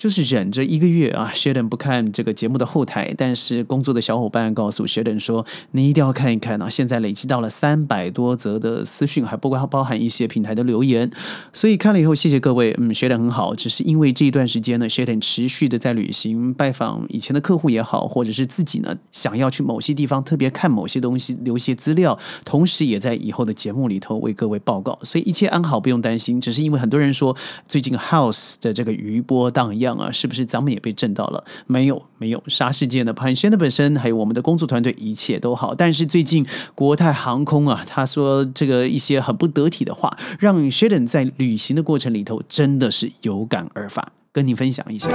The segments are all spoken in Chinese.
就是忍着1个月啊 Sheldon 不看这个节目的后台，但是工作的小伙伴告诉 Sheldon 说，你一定要看一看啊，现在累积到了300多则的私讯，还包含一些平台的留言，所以看了以后谢谢各位，Sheldon 很好，只是因为这一段时间呢 Sheldon 持续的在旅行，拜访以前的客户也好，或者是自己呢想要去某些地方特别看某些东西，留一些资料，同时也在以后的节目里头为各位报告，所以一切安好，不用担心。只是因为很多人说最近 House 的这个余波荡漾啊，是不是咱们也被震到了？没有，沙世界呢，盘轩的本身还有我们的工作团队一切都好，但是最近国泰航空啊，他说这个一些很不得体的话，让 Sheldon 在旅行的过程里头真的是有感而发，跟您分享一下。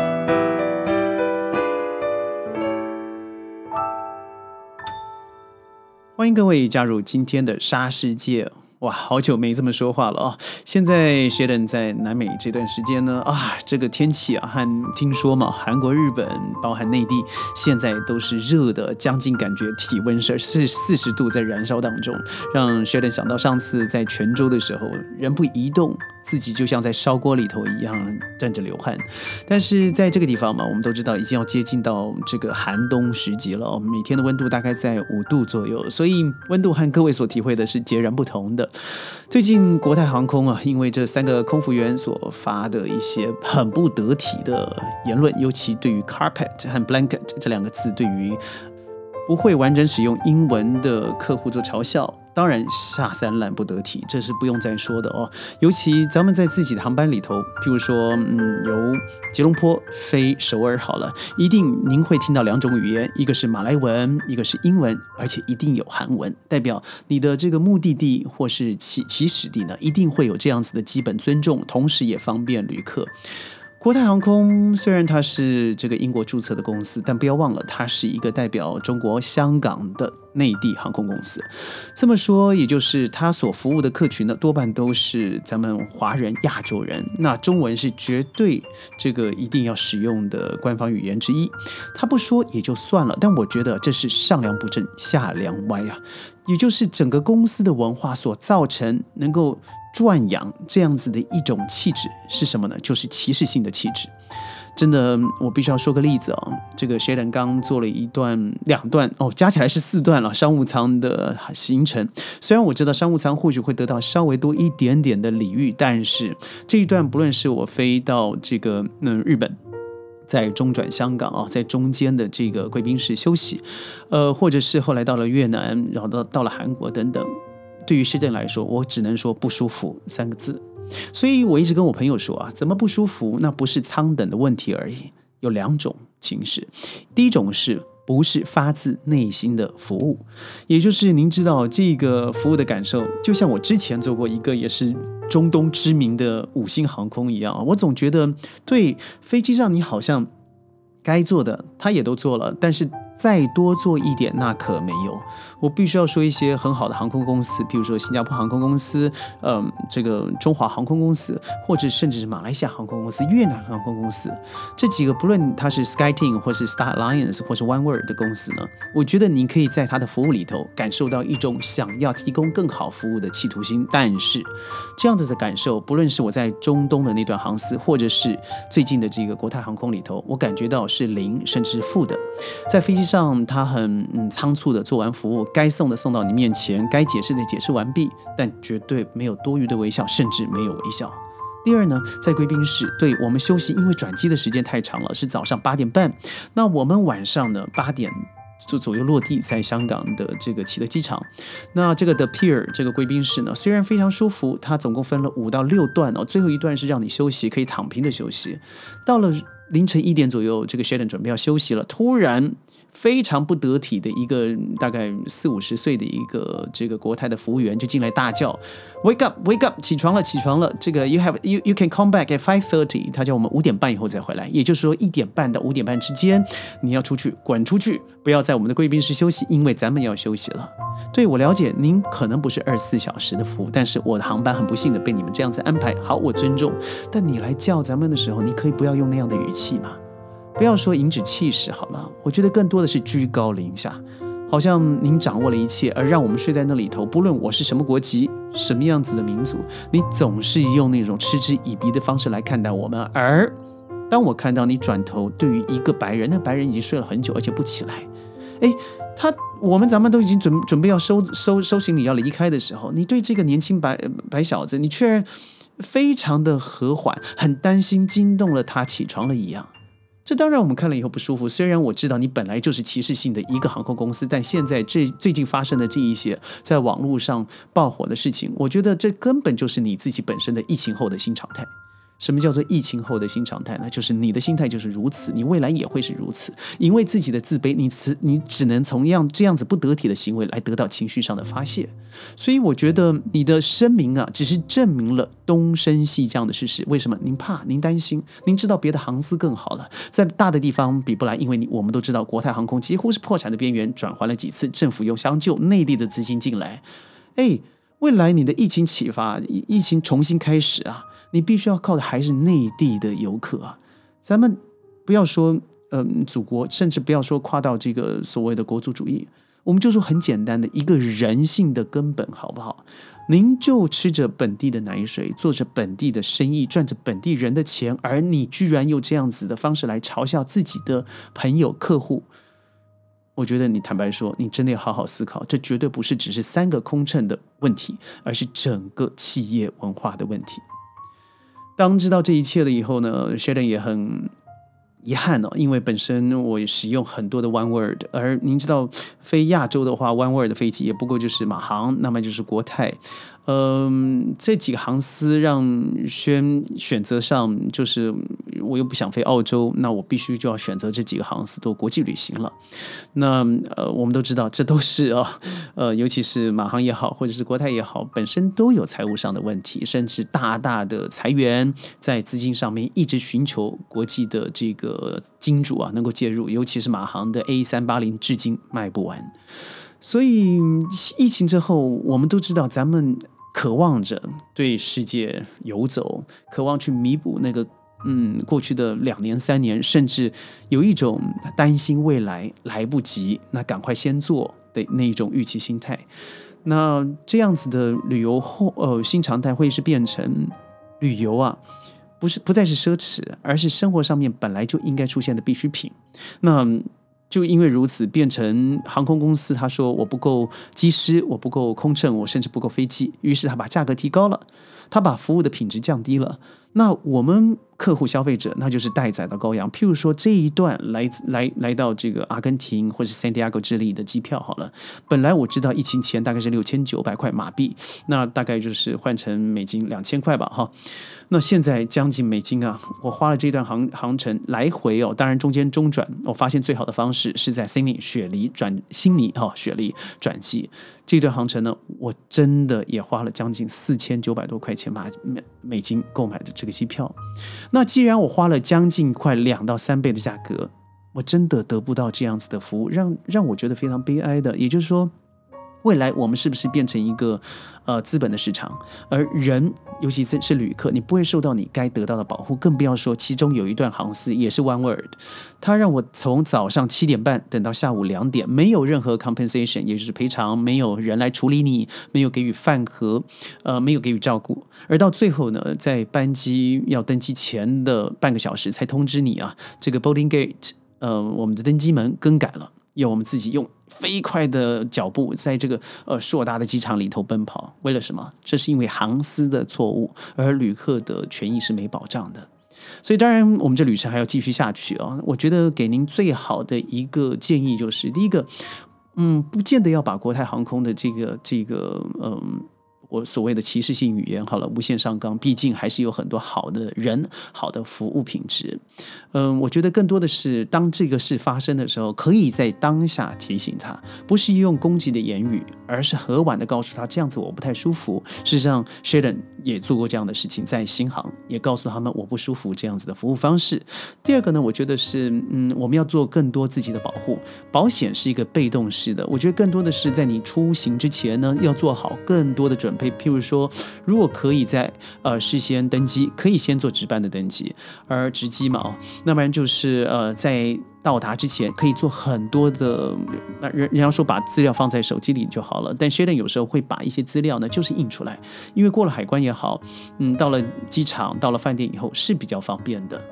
欢迎各位加入今天的沙世界。哇，好久没这么说话了哦。现在 Sheldon 在南美这段时间呢，这个天气啊，和听说嘛，韩国、日本，包含内地，现在都是热的，将近感觉体温是40度在燃烧当中，让 Sheldon 想到上次在泉州的时候，人不移动，自己就像在烧锅里头一样站着流汗。但是在这个地方嘛，我们都知道已经要接近到这个寒冬时节了，每天的温度大概在5度左右，所以温度和各位所体会的是截然不同的。最近国泰航空啊，因为这3个空服员所发的一些很不得体的言论，尤其对于 carpet 和 blanket 这2个字，对于不会完整使用英文的客户做嘲笑，当然下三滥不得体，这是不用再说的哦。尤其咱们在自己的航班里头，譬如说由吉隆坡飞首尔好了，一定您会听到2种语言，一个是马来文，一个是英文，而且一定有韩文，代表你的这个目的地或是起始地呢，一定会有这样子的基本尊重，同时也方便旅客。国泰航空虽然它是这个英国注册的公司，但不要忘了，它是一个代表中国香港的内地航空公司。这么说，也就是它所服务的客群呢，多半都是咱们华人、亚洲人。那中文是绝对这个一定要使用的官方语言之一。他不说也就算了，但我觉得这是上梁不正下梁歪啊。也就是整个公司的文化所造成能够转养这样子的一种气质是什么呢？就是歧视性的气质。真的，我必须要说个例子哦。这个 Sheldon 刚做了2段加起来是4段了商务舱的行程。虽然我知道商务舱或许会得到稍微多一点点的礼遇，但是这一段不论是我飞到这个日本，在中转香港在中间的这个贵宾室休息，或者是后来到了越南，然后到了韩国等等，对于Sheldon来说，我只能说不舒服3个字。所以我一直跟我朋友说怎么不舒服？那不是舱等的问题而已，有2种情势。第一种是不是发自内心的服务，也就是您知道这个服务的感受，就像我之前做过一个也是中东知名的5星航空一样，我总觉得对飞机上你好像该做的他也都做了，但是再多做一点那可没有。我必须要说一些很好的航空公司，譬如说新加坡航空公司，这个中华航空公司，或者甚至是马来西亚航空公司、越南航空公司，这几个不论它是 SkyTeam 或是 Star Alliance 或是 OneWorld 的公司呢，我觉得你可以在它的服务里头感受到一种想要提供更好服务的企图心。但是这样子的感受，不论是我在中东的那段航司，或者是最近的这个国泰航空里头，我感觉到是零甚至负的。在飞机上他很仓促的做完服务，该送的送到你面前，该解释的解释完毕，但绝对没有多余的微笑，甚至没有微笑。第二呢，在贵宾室，对我们休息，因为转机的时间太长了，是早上8点半，那我们晚上呢8点就左右落地在香港的这个启德机场。那这个 The Pier 这个贵宾室呢，虽然非常舒服，它总共分了5到6段最后一段是让你休息，可以躺平的休息。到了凌晨1点左右，这个 Sheldon 准备要休息了，突然非常不得体的一个大概40-50岁的一个这个国泰的服务员就进来大叫 Wake up Wake up 起床了起床了，这个 you can come back at 5:30， 他叫我们5点半以后再回来，也就是说1点半到5点半之间你要出去，滚出去，不要在我们的贵宾室休息，因为咱们要休息了。对，我了解您可能不是24小时的服务，但是我的航班很不幸的被你们这样子安排，好，我尊重，但你来叫咱们的时候，你可以不要用那样的语气吗？不要说颐指气使好了，我觉得更多的是居高临下，好像您掌握了一切，而让我们睡在那里头，不论我是什么国籍，什么样子的民族，你总是用那种嗤之以鼻的方式来看待我们。而当我看到你转头对于一个白人，那白人已经睡了很久而且不起来，咱们都已经准备要收行李要离开的时候，你对这个年轻白小子，你却然非常的和缓，很担心惊动了他起床了一样。这当然我们看了以后不舒服，虽然我知道你本来就是歧视性的一个航空公司，但现在最近发生的这一些在网络上爆火的事情，我觉得这根本就是你自己本身的疫情后的新常态。什么叫做疫情后的新常态呢？就是你的心态就是如此，你未来也会是如此，因为自己的自卑，你只能从这样子不得体的行为来得到情绪上的发泄。所以我觉得你的声明啊，只是证明了东升西降的事实。为什么？您怕，您担心，您知道别的航司更好了，在大的地方比不来，因为我们都知道国泰航空几乎是破产的边缘，转换了几次，政府又相救内地的资金进来。未来你的疫情启发，疫情重新开始啊，你必须要靠的还是内地的游客啊。咱们不要说祖国，甚至不要说跨到这个所谓的国族主义，我们就说很简单的一个人性的根本，好不好？您就吃着本地的奶水，做着本地的生意，赚着本地人的钱，而你居然用这样子的方式来嘲笑自己的朋友客户，我觉得你坦白说，你真的要好好思考，这绝对不是只是3个空乘的问题，而是整个企业文化的问题。当知道这一切了以后呢 Sheldon 也很遗憾因为本身我也使用很多的 One World， 而您知道飞亚洲的话 One World 的飞机也不过就是马航，那么就是国泰，这几个航司让选择上，就是我又不想飞澳洲，那我必须就要选择这几个航司做国际旅行了。那我们都知道这都是尤其是马航也好或者是国泰也好，本身都有财务上的问题，甚至大大的裁员，在资金上面一直寻求国际的这个金主能够介入，尤其是马航的 A380 至今卖不完。所以疫情之后，我们都知道咱们渴望着对世界游走，渴望去弥补那个过去的2年3年，甚至有一种担心未来来不及，那赶快先做的那一种预期心态。那这样子的旅游新常态会是变成旅游不再是奢侈，而是生活上面本来就应该出现的必需品。那就因为如此，变成航空公司他说我不够机师，我不够空乘，我甚至不够飞机，于是他把价格提高了，他把服务的品质降低了。那我们客户消费者那就是待宰的羔羊。譬如说这一段来到这个阿根廷或是圣地亚哥智利的机票好了，本来我知道疫情前大概是6900块马币，那大概就是换成美金2000块吧哈。那现在将近美金我花了这段航程来回当然中间中转，我发现最好的方式是在悉尼雪梨转机。这段航程呢，我真的也花了将近4900多块钱美金购买的这个机票。那既然我花了将近快2到3倍的价格，我真的得不到这样子的服务，让我觉得非常悲哀的。也就是说，未来我们是不是变成一个资本的市场，而人尤其是旅客，你不会受到你该得到的保护，更不要说其中有一段航司也是 One World， 他让我从早上7点半等到下午2点，没有任何 compensation， 也就是赔偿，没有人来处理你，没有给予饭盒，没有给予照顾，而到最后呢，在班机要登机前的半个小时才通知你这个 boarding gate，我们的登机门更改了，要我们自己用飞快的脚步在这个硕大的机场里头奔跑。为了什么？这是因为航司的错误，而旅客的权益是没保障的。所以当然我们这旅程还要继续下去我觉得给您最好的一个建议就是第一个不见得要把国泰航空的这个我所谓的歧视性语言好了无限上纲，毕竟还是有很多好的人，好的服务品质。我觉得更多的是当这个事发生的时候，可以在当下提醒他，不是用攻击的言语，而是和缓的告诉他这样子我不太舒服。事实上 Sheldon 也做过这样的事情，在新航也告诉他们我不舒服这样子的服务方式。第二个呢，我觉得是我们要做更多自己的保护。保险是一个被动式的，我觉得更多的是在你出行之前呢，要做好更多的准备。譬如说，如果可以在事先登机，可以先做值班的登机，而值机嘛那不然就是在到达之前可以做很多的，人家说把资料放在手机里就好了，但 Sheldon 有时候会把一些资料呢就是印出来，因为过了海关也好，到了机场到了饭店以后是比较方便的。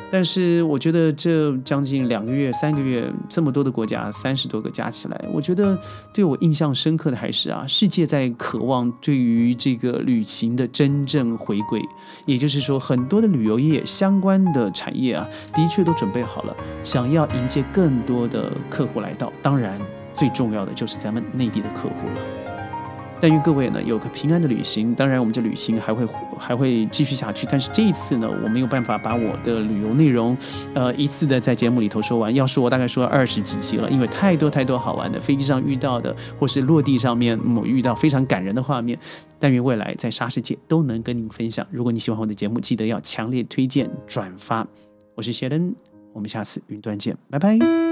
但是我觉得这将近2个月、3个月，这么多的国家，30多个加起来，我觉得对我印象深刻的还是世界在渴望对于这个旅行的真正回归。也就是说，很多的旅游业相关的产业的确都准备好了，想要迎接更多的客户来到。当然，最重要的就是咱们内地的客户了。但愿各位呢有个平安的旅行。当然，我们这旅行还会继续下去。但是这一次呢，我没有办法把我的旅游内容，一次的在节目里头说完。要说我大概说20几集了，因为太多好玩的，飞机上遇到的，或是落地上面遇到非常感人的画面。但愿未来在沙世界都能跟您分享。如果你喜欢我的节目，记得要强烈推荐转发。我是谢登，我们下次云端见，拜拜。